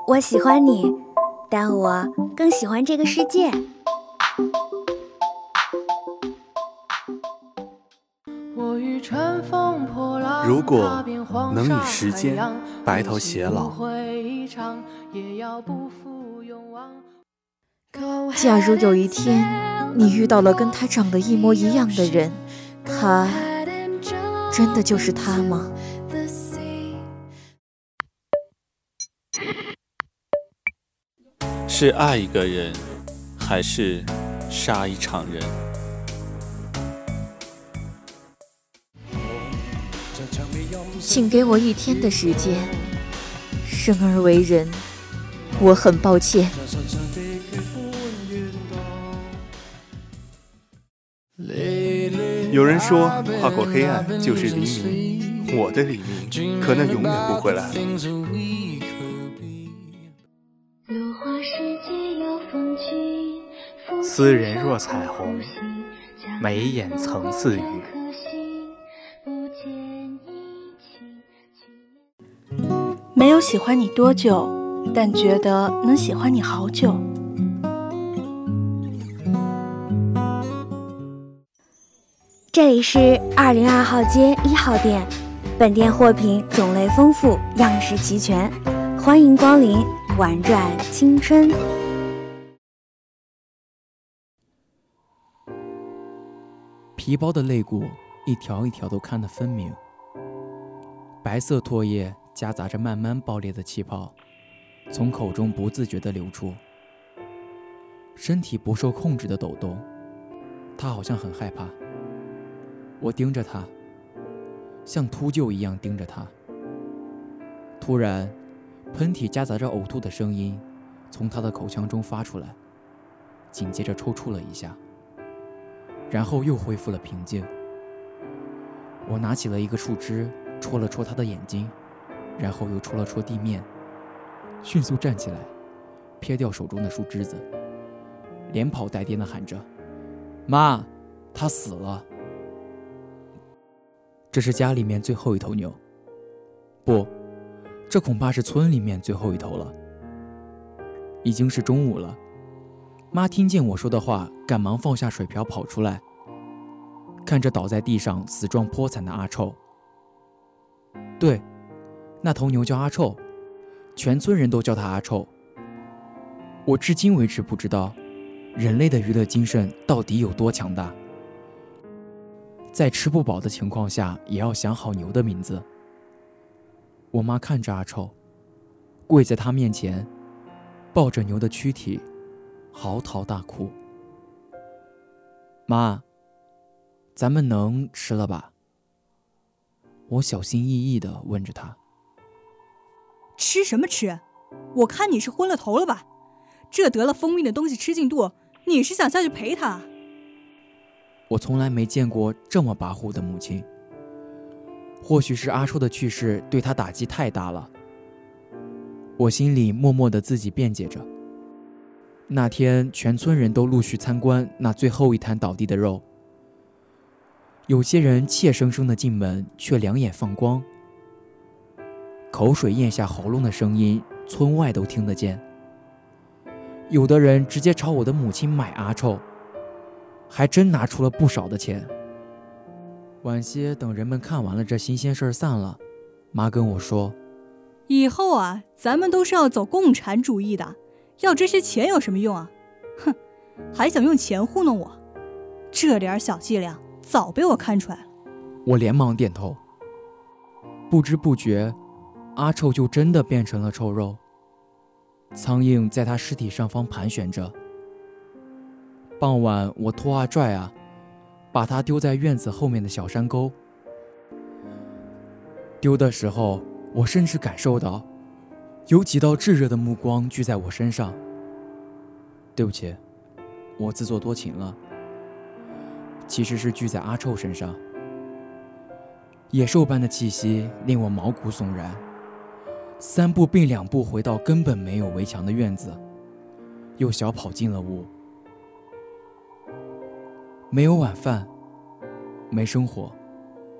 我喜欢你，但我更喜欢这个世界。 如果能与时间白头偕老， 假如有一天你遇到了跟他长得一模一样的人，他真的就是他吗？ 是爱一个人，还是杀一场人？ 请给我1天的时间。生而为人，我很抱歉。 有人说跨过黑暗就是黎明，我的黎明可能永远不会来了。 斯人若彩虹，眉眼曾似雨。 没有喜欢你多久，但觉得能喜欢你好久。 这里是202号街1号店，本店货品种类丰富，样式齐全，欢迎光临，玩转青春。 皮包的肋骨一条一条都看得分明，白色唾液夹杂着慢慢爆裂的气泡，从口中不自觉地流出，身体不受控制地抖动，他好像很害怕。我盯着他，像秃鹫一样盯着他。突然，喷嚏夹杂着呕吐的声音从他的口腔中发出来，紧接着抽搐了一下，然后又恢复了平静。我拿起了一个树枝，戳了戳他的眼睛，然后又戳了戳地面，迅速站起来，撇掉手中的树枝子，连跑带颠地喊着：“妈，他死了！”这是家里面最后一头牛，不，这恐怕是村里面最后一头了。已经是中午了，妈听见我说的话，赶忙放下水瓢跑出来，看着倒在地上死状颇惨的阿臭。对，那头牛叫阿臭，全村人都叫他阿臭。我至今为止不知道人类的娱乐精神到底有多强大，在吃不饱的情况下也要想好牛的名字。我妈看着阿臭，跪在他面前，抱着牛的躯体嚎啕大哭。妈，咱们能吃了吧？我小心翼翼地问着他。 吃什么吃？我看你是昏了头了吧？这得了疯病的东西吃进肚，你是想下去陪他？ 我从来没见过这么跋扈的母亲，或许是阿臭的去世对他打击太大了。我心里默默地自己辩解着。那天全村人都陆续参观那最后一摊倒地的肉，有些人怯生生地进门，却两眼放光，口水咽下喉咙的声音村外都听得见。有的人直接朝我的母亲买阿臭，还真拿出了不少的钱。晚些等人们看完了这新鲜事儿散了，妈跟我说， 以后啊，咱们都是要走共产主义的，要这些钱有什么用啊？哼，还想用钱糊弄我，这点小伎俩早被我看出来了。 我连忙点头。不知不觉，阿臭就真的变成了臭肉，苍蝇在他尸体上方盘旋着。傍晚我拖啊拽啊，把他丢在院子后面的小山沟。丢的时候，我甚至感受到有几道炙热的目光聚在我身上。对不起，我自作多情了，其实是聚在阿臭身上。野兽般的气息令我毛骨悚然，3步并2步回到根本没有围墙的院子，又小跑进了屋。没有晚饭，没生活，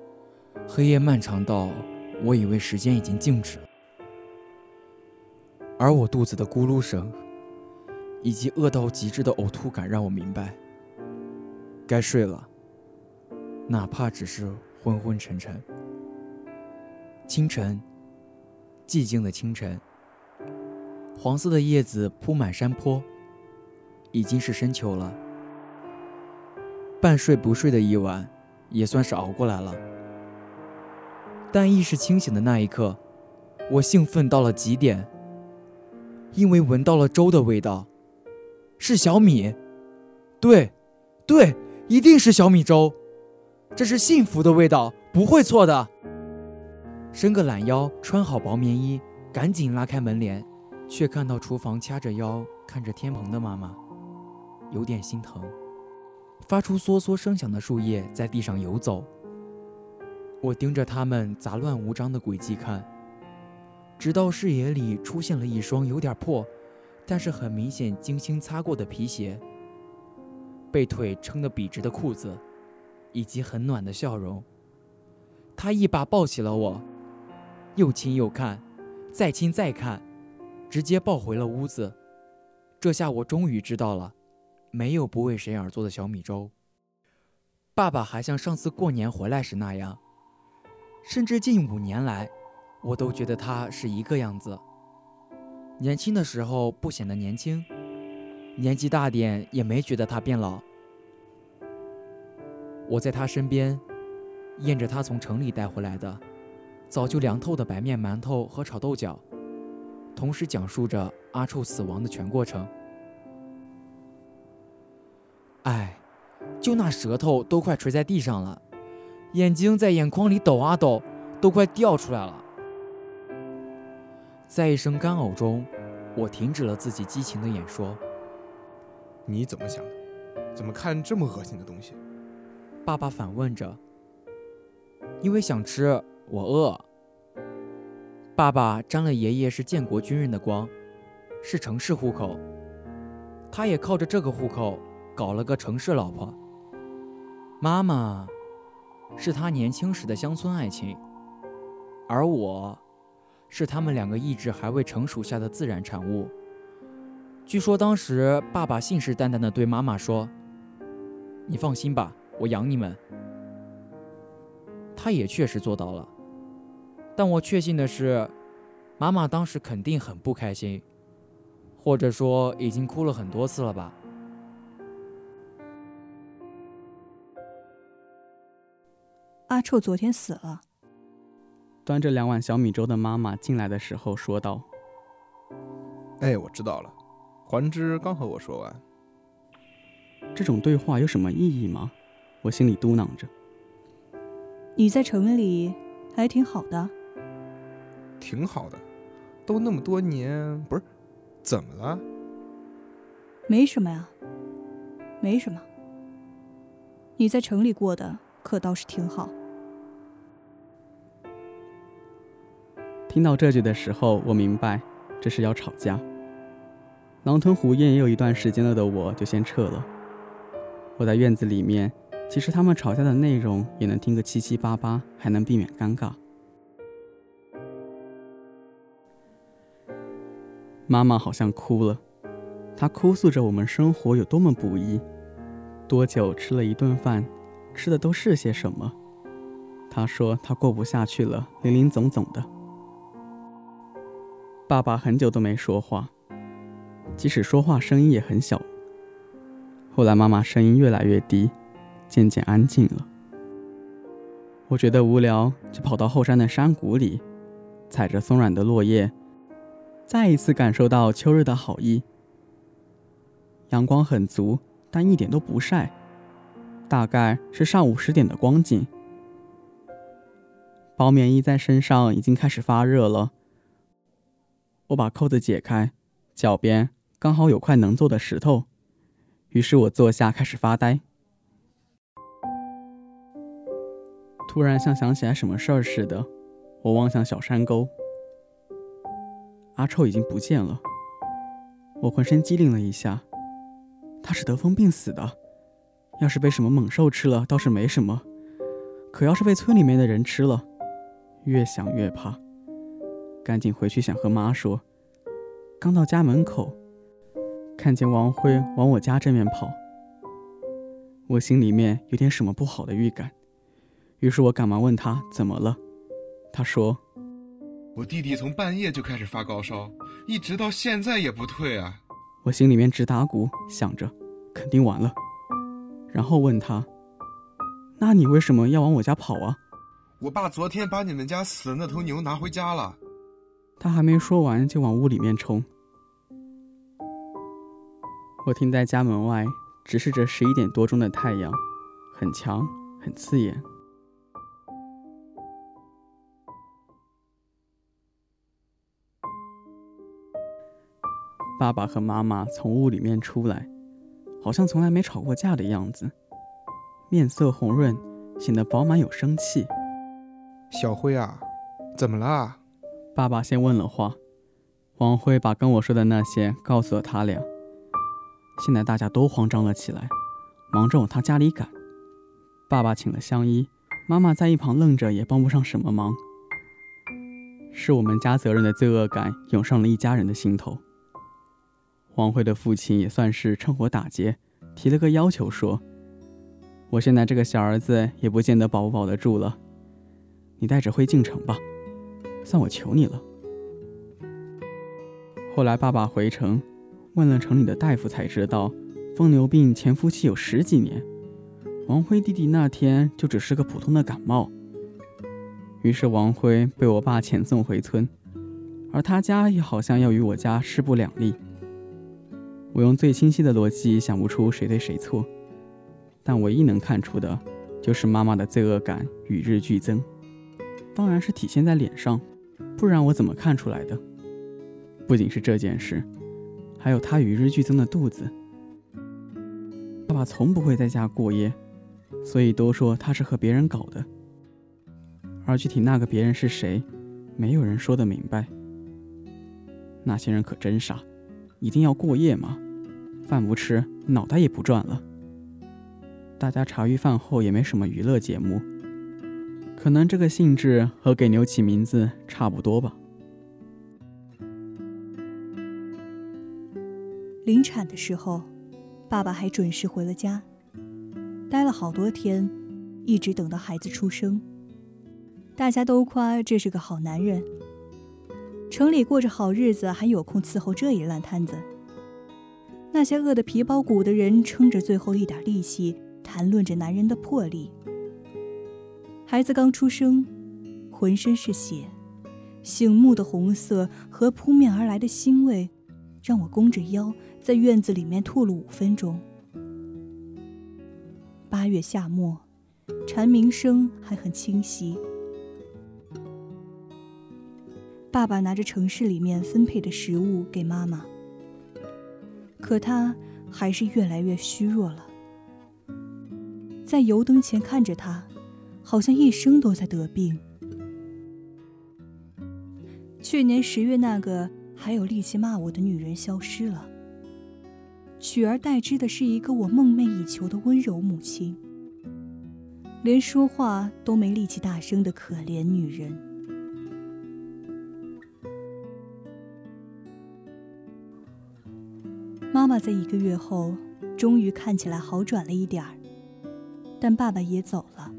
黑夜漫长到我以为时间已经静止了。 而我肚子的咕噜声以及饿到极致的呕吐感让我明白，该睡了，哪怕只是昏昏沉沉。清晨，寂静的清晨，黄色的叶子铺满山坡，已经是深秋了。半睡不睡的一晚也算是熬过来了。但意识清醒的那一刻，我兴奋到了极点，因为闻到了粥的味道，是小米。对，一定是小米粥，这是幸福的味道，不会错的。伸个懒腰，穿好薄棉衣，赶紧拉开门帘，却看到厨房掐着腰看着天棚的妈妈，有点心疼。发出嗦嗦声响的树叶在地上游走，我盯着它们杂乱无章的轨迹看，直到视野里出现了一双有点破，但是很明显精心擦过的皮鞋，被腿撑得笔直的裤子，以及很暖的笑容。他一把抱起了我，又亲又看，再亲再看，直接抱回了屋子。这下我终于知道了，没有不为谁而做的小米粥。爸爸还像上次过年回来时那样，甚至近5年来，我都觉得他是一个样子。年轻的时候不显得年轻，年纪大点也没觉得他变老。我在他身边，咽着他从城里带回来的早就凉透的白面馒头和炒豆角，同时讲述着阿臭死亡的全过程。哎，就那舌头都快垂在地上了，眼睛在眼眶里抖啊抖，都快掉出来了。在一声干呕中，我停止了自己激情的演说。 你怎么想的？怎么看这么恶心的东西？ 爸爸反问着。因为想吃，我饿。爸爸沾了爷爷是建国军人的光，是城市户口，他也靠着这个户口搞了个城市老婆。妈妈是他年轻时的乡村爱情，而我是他们2个意志还未成熟下的自然产物。据说当时爸爸信誓旦旦地对妈妈说：“你放心吧，我养你们。”他也确实做到了，但我确信的是，妈妈当时肯定很不开心，或者说已经哭了很多次了吧。 阿臭昨天死了。 端着2碗小米粥的妈妈进来的时候说道：“ 哎，我知道了，环之刚和我说完。” 这种对话有什么意义吗？我心里嘟囔着。 你在城里还挺好的。 挺好的，都那么多年，不是？怎么了？ 没什么呀，没什么。你在城里过的可倒是挺好。 听到这句的时候，我明白这是要吵架。狼吞虎咽也有一段时间了的我就先撤了。我在院子里面，其实他们吵架的内容也能听个七七八八，还能避免尴尬。妈妈好像哭了，她哭诉着我们生活有多么不易，多久吃了一顿饭，吃的都是些什么。她说她过不下去了，林林总总的。爸爸很久都没说话，即使说话声音也很小。后来妈妈声音越来越低，渐渐安静了。我觉得无聊，就跑到后山的山谷里，踩着松软的落叶，再一次感受到秋日的好意。阳光很足，但一点都不晒，大概是上午10点的光景。薄棉衣在身上已经开始发热了，我把扣子解开，脚边刚好有块能坐的石头，于是我坐下开始发呆。突然像想起来什么事儿似的，我望向小山沟，阿臭已经不见了。我浑身机灵了一下，他是得疯病死的，要是被什么猛兽吃了倒是没什么，可要是被村里面的人吃了，越想越怕，赶紧回去想和妈说， 刚到家门口，看见王辉往我家这面跑，我心里面有点什么不好的预感，于是我赶忙问他怎么了。他说， 我弟弟从半夜就开始发高烧，一直到现在也不退啊。 我心里面直打鼓，想着肯定完了，然后问他，那你为什么要往我家跑啊？ 我爸昨天把你们家死的那头牛拿回家了。 他还没说完就往屋里面冲。我停在家门外，直视着11点多钟的太阳，很强，很刺眼。爸爸和妈妈从屋里面出来，好像从来没吵过架的样子，面色红润，显得饱满有生气。 小辉啊，怎么了？ 爸爸先问了话，王辉把跟我说的那些告诉了他俩。现在大家都慌张了起来，忙着往他家里赶。爸爸请了乡医，妈妈在一旁愣着也帮不上什么忙。是我们家责任的罪恶感涌上了一家人的心头。王辉的父亲也算是趁火打劫，提了个要求说，我现在这个小儿子也不见得保不保得住了，你带着辉进城吧，算我求你了。后来爸爸回城，问了城里的大夫才知道，疯牛病前夫妻有10几年，王辉弟弟那天就只是个普通的感冒。于是王辉被我爸遣送回村，而他家也好像要与我家势不两立。我用最清晰的逻辑想不出谁对谁错，但唯一能看出的就是妈妈的罪恶感与日俱增，当然是体现在脸上，不然我怎么看出来的？不仅是这件事，还有她与日俱增的肚子。爸爸从不会在家过夜，所以都说他是和别人搞的，而具体那个别人是谁，没有人说得明白。那些人可真傻，一定要过夜吗？饭不吃，脑袋也不转了。大家茶余饭后也没什么娱乐节目，可能这个性质和给牛起名字差不多吧。 临产的时候，爸爸还准时回了家，待了好多天，一直等到孩子出生。大家都夸这是个好男人，城里过着好日子，还有空伺候这一烂摊子。那些饿得皮包骨的人撑着最后一点力气，谈论着男人的魄力。孩子刚出生，浑身是血，醒目的红色和扑面而来的腥味，让我弓着腰在院子里面吐了5分钟。8月夏末，蝉鸣声还很清晰。爸爸拿着城市里面分配的食物给妈妈，可他还是越来越虚弱了。在油灯前看着他，好像一生都在得病。去年10月那个还有力气骂我的女人消失了，取而代之的是一个我梦寐以求的温柔母亲，连说话都没力气大声的可怜女人。妈妈在1个月后终于看起来好转了一点儿，但爸爸也走了。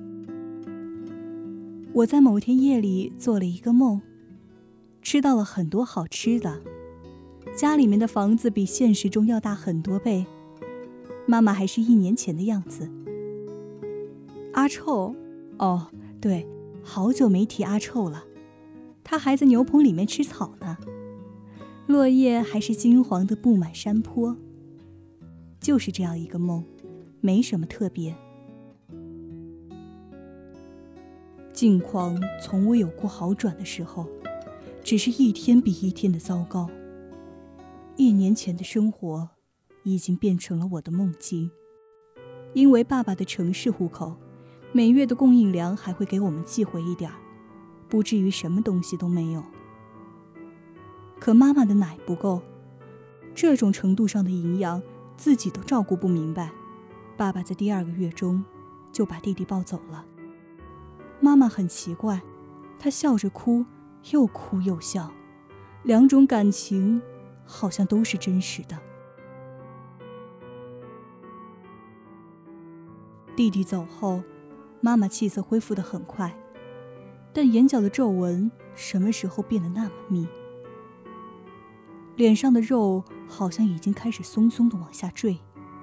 我在某天夜里做了一个梦，吃到了很多好吃的，家里面的房子比现实中要大很多倍，妈妈还是1年前的样子。阿臭，哦，对，好久没提阿臭了，他还在牛棚里面吃草呢，落叶还是金黄的布满山坡。就是这样一个梦，没什么特别。境况从未有过好转的时候，只是一天比一天的糟糕。1年前的生活已经变成了我的梦境，因为爸爸的城市户口，每月的供应粮还会给我们寄回一点，不至于什么东西都没有。可妈妈的奶不够，这种程度上的营养自己都照顾不明白，爸爸在第2个月中就把弟弟抱走了。妈妈很奇怪，她笑着哭，又哭又笑，2种感情好像都是真实的。弟弟走后，妈妈气色恢复得很快，但眼角的皱纹什么时候变得那么密？脸上的肉好像已经开始松松地往下坠。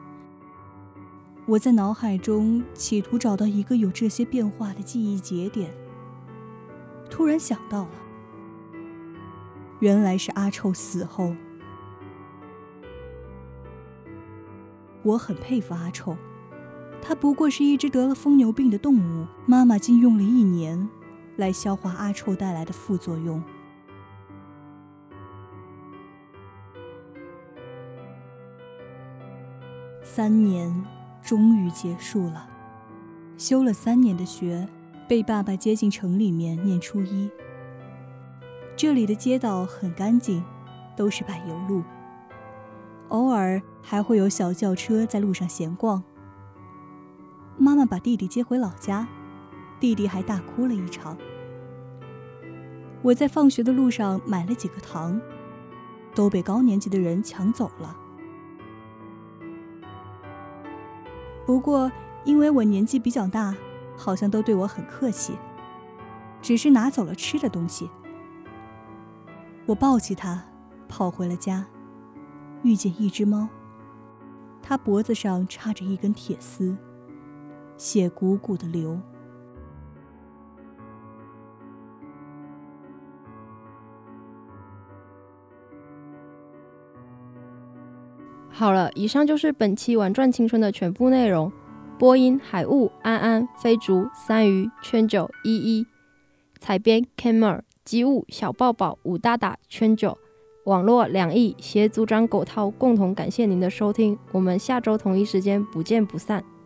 我在脑海中企图找到一个有这些变化的记忆节点，突然想到了，原来是阿臭死后。我很佩服阿臭，他不过是一只得了疯牛病的动物，妈妈竟用了1年来消化阿臭带来的副作用。3年终于结束了，修了3年的学，被爸爸接进城里面念初一。这里的街道很干净，都是柏油路，偶尔还会有小轿车在路上闲逛。妈妈把弟弟接回老家，弟弟还大哭了一场。我在放学的路上买了几个糖，都被高年级的人抢走了。不过因为我年纪比较大，好像都对我很客气，只是拿走了吃的东西。我抱起它跑回了家，遇见一只猫，它脖子上插着一根铁丝，血鼓鼓的流。 好了，以上就是本期玩转青春的全部内容。播音海雾、安安、飞竹、三鱼、圈九、依依，采编 Kamer、机务、小抱抱、武大大、圈九，网络2亿，协组长狗涛共同感谢您的收听，我们下周同一时间不见不散。